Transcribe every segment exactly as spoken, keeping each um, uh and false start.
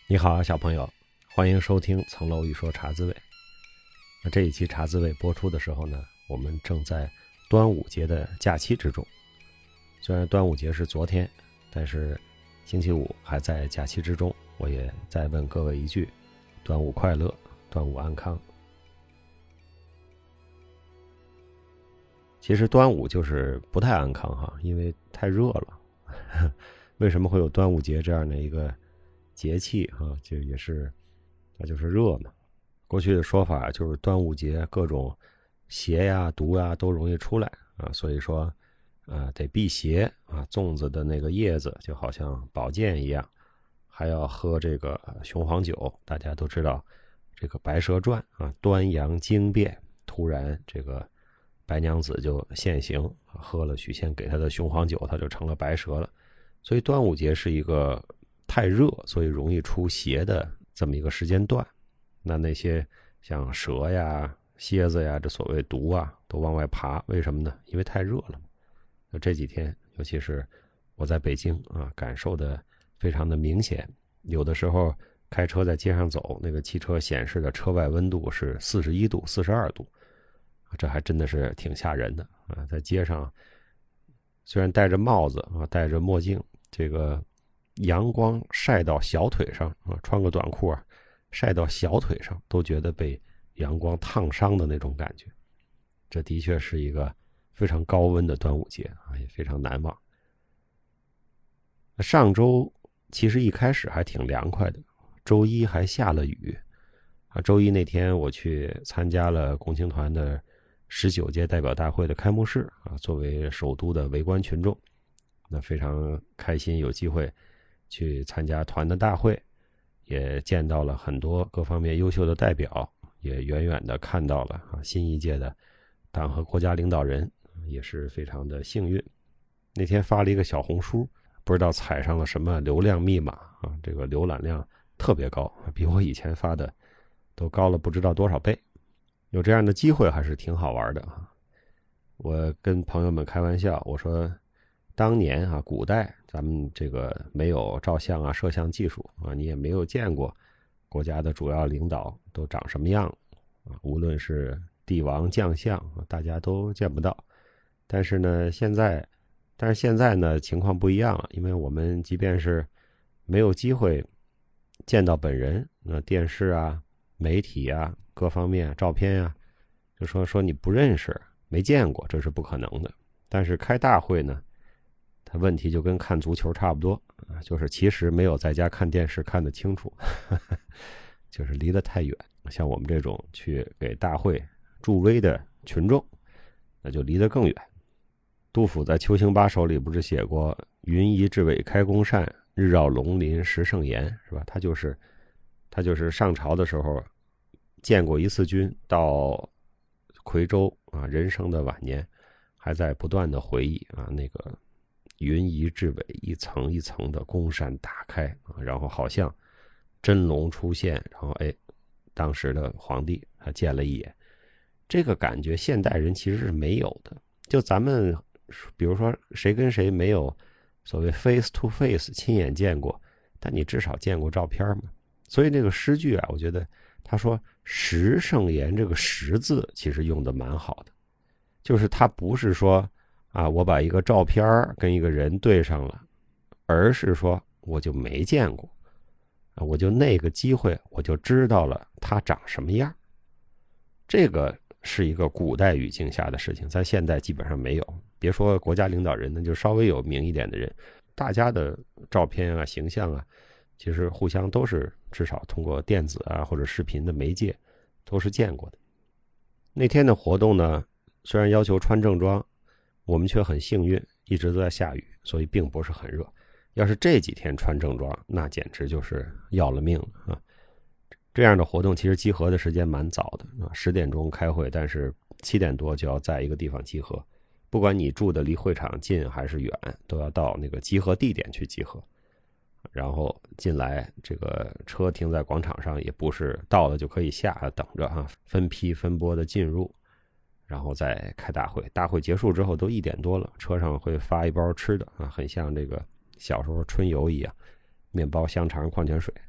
你好啊，小朋友，欢迎收听层楼一说茶滋味。那这一期茶滋味播出的时候呢，我们正在端午节的假期之中。虽然端午节是昨天，但是星期五还在假期之中。我也再问各位一句：端午快乐，端午安康。其实端午就是不太安康哈，因为太热了。为什么会有端午节这样的一个节气哈？就也是，那就是热嘛。过去的说法就是端午节各种邪呀、毒呀都容易出来啊，所以说，啊得避邪啊。粽子的那个叶子就好像宝剑一样，还要喝这个雄黄酒。大家都知道，这个《白蛇传》啊，端阳惊变，突然这个白娘子就现形，喝了许仙给她的雄黄酒，她就成了白蛇了。所以端午节是一个太热，所以容易出邪的这么一个时间段。那那些像蛇呀、蝎子呀，这所谓毒啊，都往外爬。为什么呢？因为太热了。那这几天，尤其是我在北京啊，感受的非常的明显。有的时候开车在街上走，那个汽车显示的车外温度是四十一度、四十二度，这还真的是挺吓人的啊！在街上，虽然戴着帽子啊，戴着墨镜，这个阳光晒到小腿上啊，穿个短裤啊，晒到小腿上，都觉得被阳光烫伤的那种感觉。这的确是一个非常高温的端午节啊，也非常难忘。上周其实一开始还挺凉快的，周一还下了雨啊。周一那天我去参加了共青团的十九届代表大会的开幕式啊，作为首都的围观群众，那非常开心，有机会去参加团的大会，也见到了很多各方面优秀的代表，也远远的看到了啊新一届的党和国家领导人，也是非常的幸运。那天发了一个小红书，不知道踩上了什么流量密码啊，这个浏览量特别高，比我以前发的都高了不知道多少倍。有这样的机会还是挺好玩的啊！我跟朋友们开玩笑，我说当年啊，古代咱们这个没有照相啊、摄像技术啊，你也没有见过国家的主要领导都长什么样啊，无论是帝王将相，大家都见不到。但是呢，现在，但是现在呢，情况不一样了，因为我们即便是没有机会见到本人，那电视啊、媒体啊、各方面照片啊，就说说你不认识、没见过，这是不可能的。但是开大会呢，它问题就跟看足球差不多啊，就是其实没有在家看电视看得清楚，呵呵，就是离得太远。像我们这种去给大会助威的群众，那就离得更远。杜甫在《秋兴八首》里不是写过“云移至尾开宫扇，日绕龙鳞十胜言”，是吧？他就是他就是上朝的时候建过一次军，到夔州啊，人生的晚年还在不断的回忆啊，那个云移至尾，一层一层的宫扇打开啊，然后好像真龙出现，然后哎，当时的皇帝他见了一眼，这个感觉现代人其实是没有的。就咱们比如说谁跟谁没有所谓 face to face 亲眼见过，但你至少见过照片嘛。所以这个诗句啊，我觉得他说十胜言，这个十字其实用的蛮好的，就是他不是说啊我把一个照片跟一个人对上了，而是说我就没见过，我就那个机会我就知道了他长什么样。这个是一个古代语境下的事情，在现代基本上没有。别说国家领导人呢，就稍微有名一点的人，大家的照片啊、形象啊，其实互相都是至少通过电子啊或者视频的媒介都是见过的。那天的活动呢，虽然要求穿正装，我们却很幸运，一直都在下雨，所以并不是很热。要是这几天穿正装，那简直就是要了命了啊！这样的活动其实集合的时间蛮早的啊，十点钟开会，但是七点多就要在一个地方集合。不管你住的离会场近还是远，都要到那个集合地点去集合。然后进来，这个车停在广场上，也不是到了就可以下，等着哈，分批分拨的进入，然后再开大会。大会结束之后都一点多了，车上会发一包吃的啊，很像这个小时候春游一样，面包、香肠、矿泉水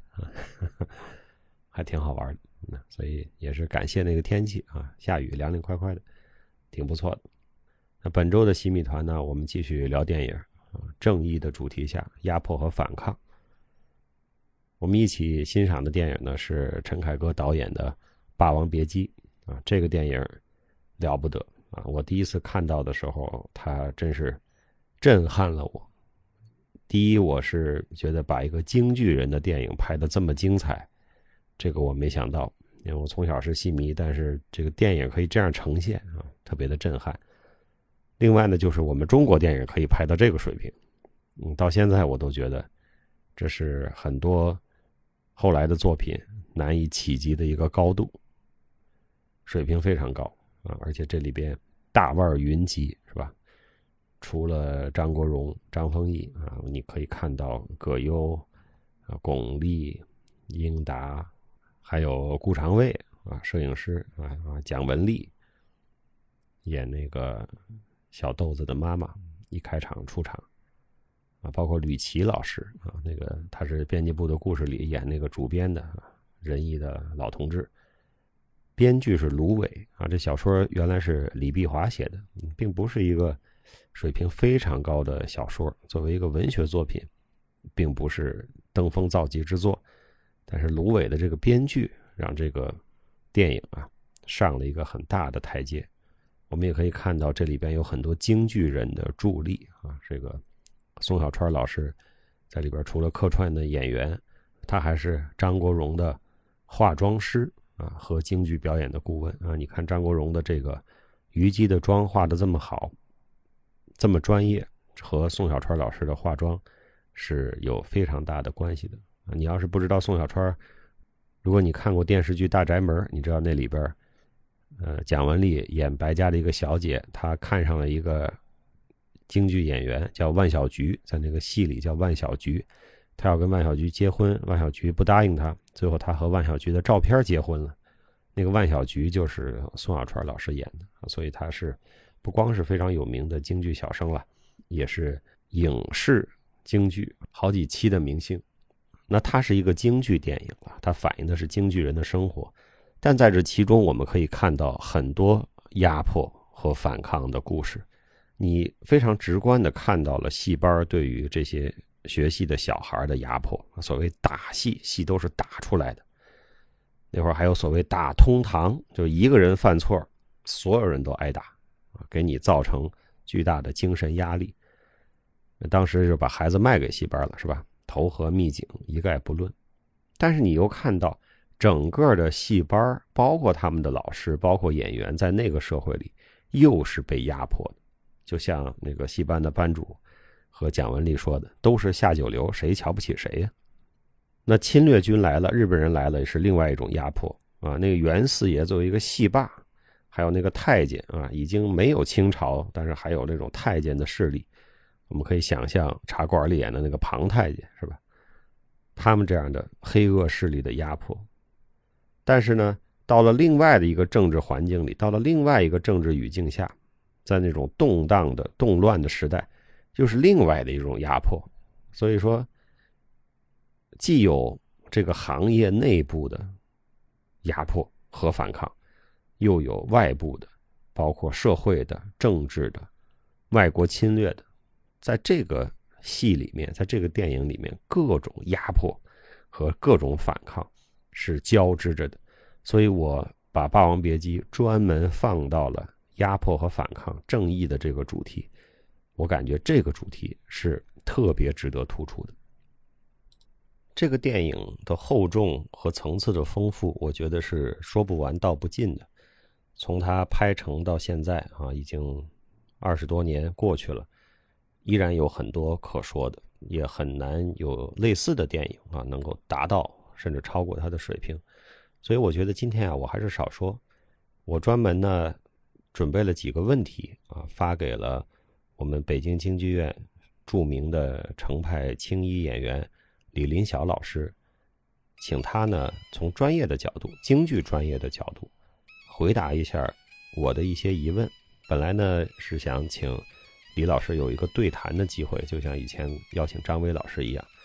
还挺好玩的。所以也是感谢那个天气啊，下雨凉凉快快的，挺不错的。那本周的洗米团呢，我们继续聊电影啊，正义的主题下，压迫和反抗。我们一起欣赏的电影呢是陈凯歌导演的《霸王别姬》啊，这个电影了不得啊！我第一次看到的时候，它真是震撼了我。第一，我是觉得把一个京剧人的电影拍得这么精彩，这个我没想到，因为我从小是戏迷，但是这个电影可以这样呈现啊，特别的震撼。另外呢，就是我们中国电影可以拍到这个水平，嗯，到现在我都觉得这是很多后来的作品难以企及的一个高度，水平非常高啊！而且这里边大腕云集，是吧？除了张国荣、张丰毅啊，你可以看到葛优啊、巩俐、英达，还有顾长卫啊，摄影师啊啊，蒋雯丽演那个小豆子的妈妈，一开场出场啊，包括吕琦老师啊，那个他是编辑部的故事里演那个主编的啊，仁义的老同志。编剧是芦苇啊，这小说原来是李碧华写的，并不是一个水平非常高的小说，作为一个文学作品，并不是登峰造极之作。但是芦苇的这个编剧让这个电影啊上了一个很大的台阶。我们也可以看到这里边有很多京剧人的助力啊，这个宋小川老师在里边除了客串的演员，他还是张国荣的化妆师啊和京剧表演的顾问啊。你看张国荣的这个虞姬的妆化得这么好，这么专业，和宋小川老师的化妆是有非常大的关系的啊。你要是不知道宋小川，如果你看过电视剧《大宅门》，你知道那里边呃，蒋雯丽演白家的一个小姐，她看上了一个京剧演员叫万小菊，在那个戏里叫万小菊，她要跟万小菊结婚，万小菊不答应她，最后她和万小菊的照片结婚了。那个万小菊就是宋小川老师演的，所以她是不光是非常有名的京剧小生了，也是影视京剧好几期的明星。那它是一个京剧电影了，它反映的是京剧人的生活。但在这其中我们可以看到很多压迫和反抗的故事，你非常直观地看到了戏班对于这些学戏的小孩的压迫，所谓打戏，戏都是打出来的。那会儿还有所谓打通堂，就一个人犯错，所有人都挨打，给你造成巨大的精神压力。当时就把孩子卖给戏班了，是吧？投河秘井一概不论。但是你又看到整个的戏班，包括他们的老师，包括演员，在那个社会里又是被压迫的。就像那个戏班的班主和蒋雯丽说的，都是下九流，谁瞧不起谁呀？那侵略军来了，日本人来了，是另外一种压迫啊。那个袁四爷作为一个戏霸，还有那个太监啊，已经没有清朝，但是还有那种太监的势力。我们可以想象茶馆里演的那个庞太监，是吧？他们这样的黑恶势力的压迫。但是呢，到了另外的一个政治环境里，到了另外一个政治语境下，在那种动荡的动乱的时代，又是另外的一种压迫。所以说既有这个行业内部的压迫和反抗，又有外部的，包括社会的、政治的、外国侵略的。在这个戏里面，在这个电影里面，各种压迫和各种反抗是交织着的。所以我把《霸王别姬》专门放到了压迫和反抗、正义的这个主题，我感觉这个主题是特别值得突出的。这个电影的厚重和层次的丰富，我觉得是说不完道不尽的。从它拍成到现在啊，已经二十多年过去了，依然有很多可说的，也很难有类似的电影啊能够达到甚至超过它的水平。所以我觉得今天啊，我还是少说。我专门呢准备了几个问题啊，发给了我们北京京剧院著名的程派青衣演员李林晓老师，请他呢从专业的角度，京剧专业的角度，回答一下我的一些疑问。本来呢是想请李老师有一个对谈的机会，就像以前邀请张伟老师一样。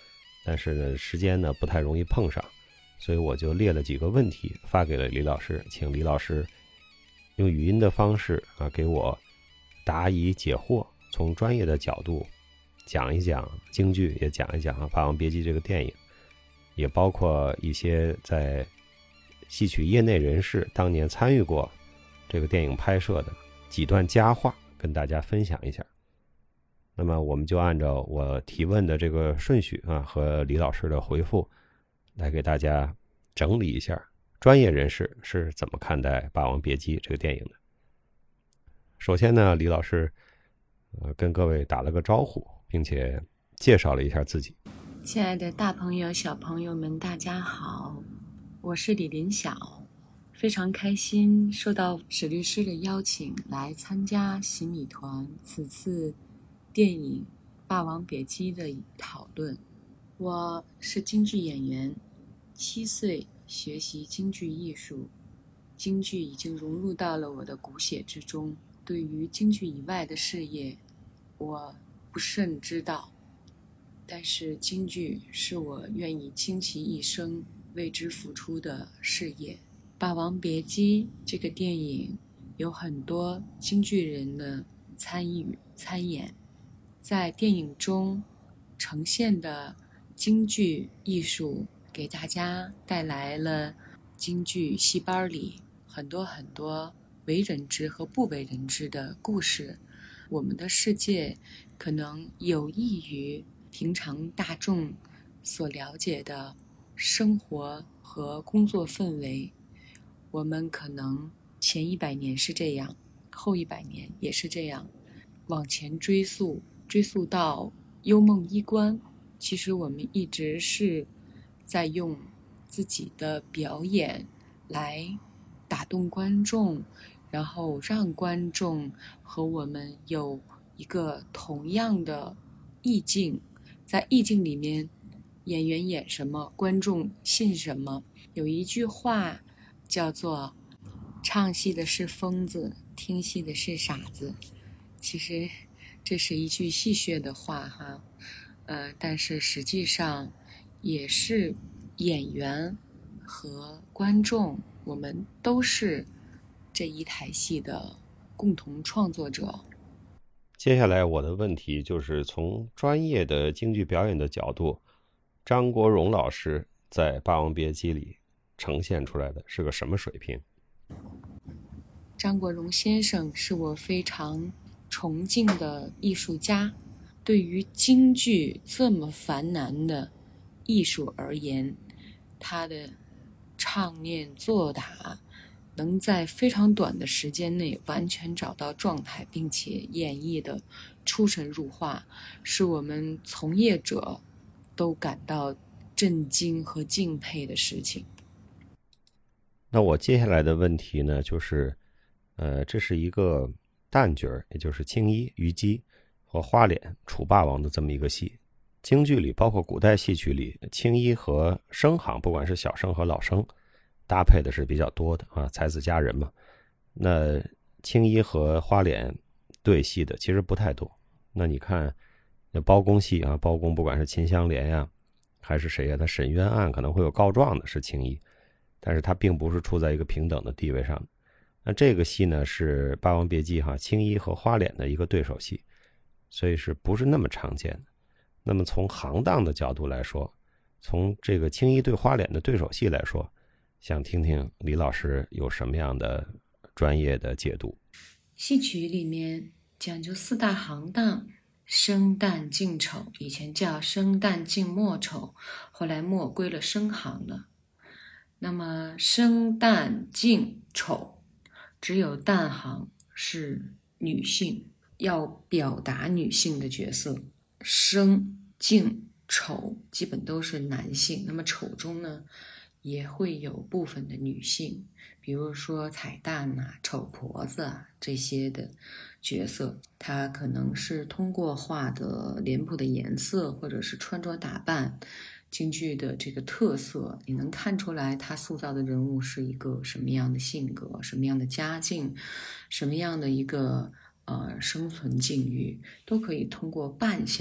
但是呢时间呢不太容易碰上，所以我就列了几个问题发给了李老师，请李老师用语音的方式啊给我答疑解惑，从专业的角度讲一讲京剧，也讲一讲啊《霸王别姬》这个电影，也包括一些在戏曲业内人士当年参与过这个电影拍摄的几段佳话跟大家分享一下。那么我们就按照我提问的这个顺序啊和李老师的回复来给大家整理一下专业人士是怎么看待《霸王别姬》这个电影的。首先呢，李老师呃跟各位打了个招呼，并且介绍了一下自己。 亲爱的大朋友小朋友们，大家好，我是李林晓，非常开心受到史律师的邀请来参加洗米团此次电影《霸王别姬》的讨论。我是京剧演员，七岁学习京剧艺术，京剧已经融入到了我的骨血之中。对于京剧以外的事业，我不甚知道，但是京剧是我愿意倾其一生为之付出的事业。《霸王别姬》这个电影有很多京剧人的参与参演，在电影中呈现的京剧艺术给大家带来了京剧戏班里很多很多为人知和不为人知的故事。我们的世界可能有益于平常大众所了解的生活和工作氛围。我们可能前一百年是这样，后一百年也是这样，往前追溯追溯到幽梦衣冠，其实我们一直是在用自己的表演来打动观众，然后让观众和我们有一个同样的意境，在意境里面演员演什么，观众信什么。有一句话叫做唱戏的是疯子，听戏的是傻子。其实这是一句戏谑的话哈，呃，但是实际上也是演员和观众，我们都是这一台戏的共同创作者。 接下来我的问题就是从专业的京剧表演的角度，张国荣老师在《霸王别姬》里呈现出来的是个什么水平？ 张国荣先生是我非常崇敬的艺术家，对于京剧这么繁难的艺术而言，他的唱念做打能在非常短的时间内完全找到状态，并且演绎的出神入化，是我们从业者都感到震惊和敬佩的事情。 那我接下来的问题呢，就是呃，这是一个旦角，也就是青衣、虞姬和花脸楚霸王的这么一个戏。京剧里包括古代戏曲里，青衣和生行，不管是小生和老生，搭配的是比较多的啊，才子佳人嘛。那青衣和花脸对戏的其实不太多。那你看那包公戏啊，包公不管是秦香莲呀还是谁呀，他审冤案可能会有告状的是青衣，但是他并不是处在一个平等的地位上。那这个戏呢是《霸王别姬》哈，青衣和花脸的一个对手戏，所以是不是那么常见的？那么从行当的角度来说，从这个青衣对花脸的对手戏来说，想听听李老师有什么样的专业的解读。 戏曲里面讲究四大行当，生旦净丑，以前叫生旦净末丑，后来末归了生行了。那么生旦净丑，只有旦行是女性，要表达女性的角色，生净丑基本都是男性。那么丑中呢也会有部分的女性，比如说彩旦啊、丑婆子啊这些的角色，她可能是通过画的脸谱的颜色，或者是穿着打扮，京剧的这个特色，你能看出来她塑造的人物是一个什么样的性格，什么样的家境，什么样的一个呃生存境遇，都可以通过扮相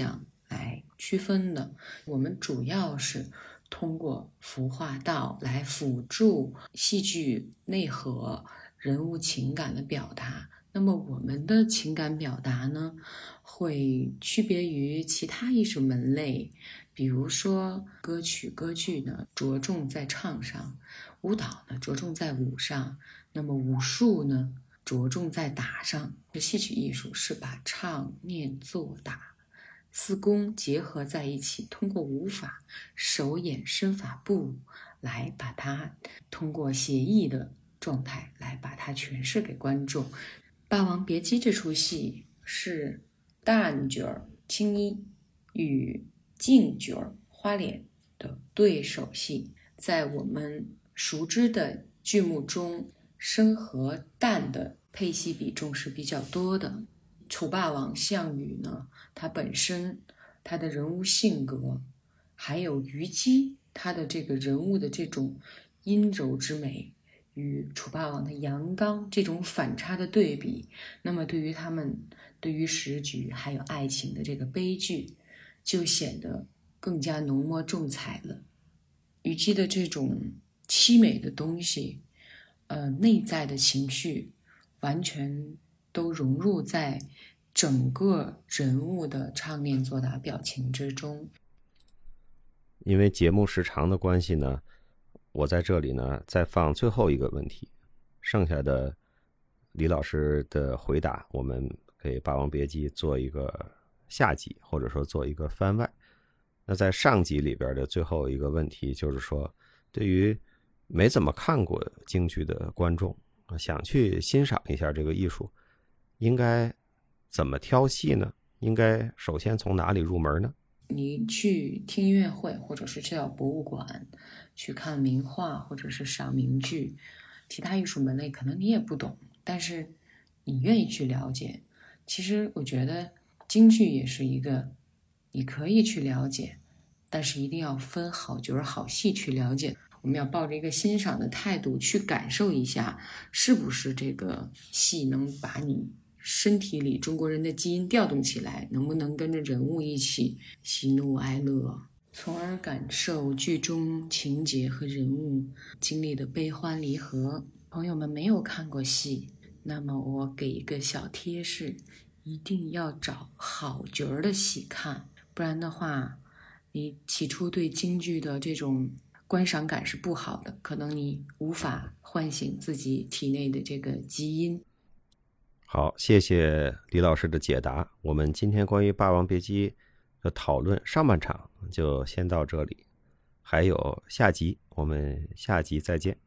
来区分的。我们主要是通过服化道来辅助戏剧内核、人物情感的表达。那么我们的情感表达呢，会区别于其他艺术门类，比如说歌曲、歌剧呢，着重在唱上；舞蹈呢，着重在舞上；那么武术呢，着重在打上。戏曲艺术是把唱、念、做、打四功结合在一起，通过舞法、手眼、身法步来把它通过写意的状态来把它诠释给观众。《霸王别姬》这出戏是旦角青衣与净角花脸的对手戏，在我们熟知的剧目中，生和旦的配戏比重是比较多的。楚霸王项羽呢，他本身他的人物性格，还有虞姬他的这个人物的这种阴柔之美，与楚霸王的阳刚这种反差的对比，那么对于他们对于时局还有爱情的这个悲剧，就显得更加浓墨重彩了。虞姬的这种凄美的东西，呃，内在的情绪完全都融入在整个人物的唱念做打表情之中。 因为节目时长的关系呢，我在这里呢再放最后一个问题，剩下的李老师的回答我们给《霸王别姬》做一个下集，或者说做一个番外。那在上集里边的最后一个问题就是说，对于没怎么看过京剧的观众，想去欣赏一下这个艺术，应该怎么挑戏呢？应该首先从哪里入门呢？ 你去听音乐会，或者是去到博物馆去看名画，或者是赏名剧，其他艺术门类可能你也不懂，但是你愿意去了解。其实我觉得京剧也是一个你可以去了解，但是一定要分好角好戏去了解。我们要抱着一个欣赏的态度去感受一下，是不是这个戏能把你身体里中国人的基因调动起来，能不能跟着人物一起喜怒哀乐，从而感受剧中情节和人物经历的悲欢离合。朋友们没有看过戏，那么我给一个小贴士，一定要找好角的戏看，不然的话你起初对京剧的这种观赏感是不好的，可能你无法唤醒自己体内的这个基因。 好，谢谢李老师的解答。我们今天关于《霸王别姬》的讨论上半场就先到这里，还有下集，我们下集再见。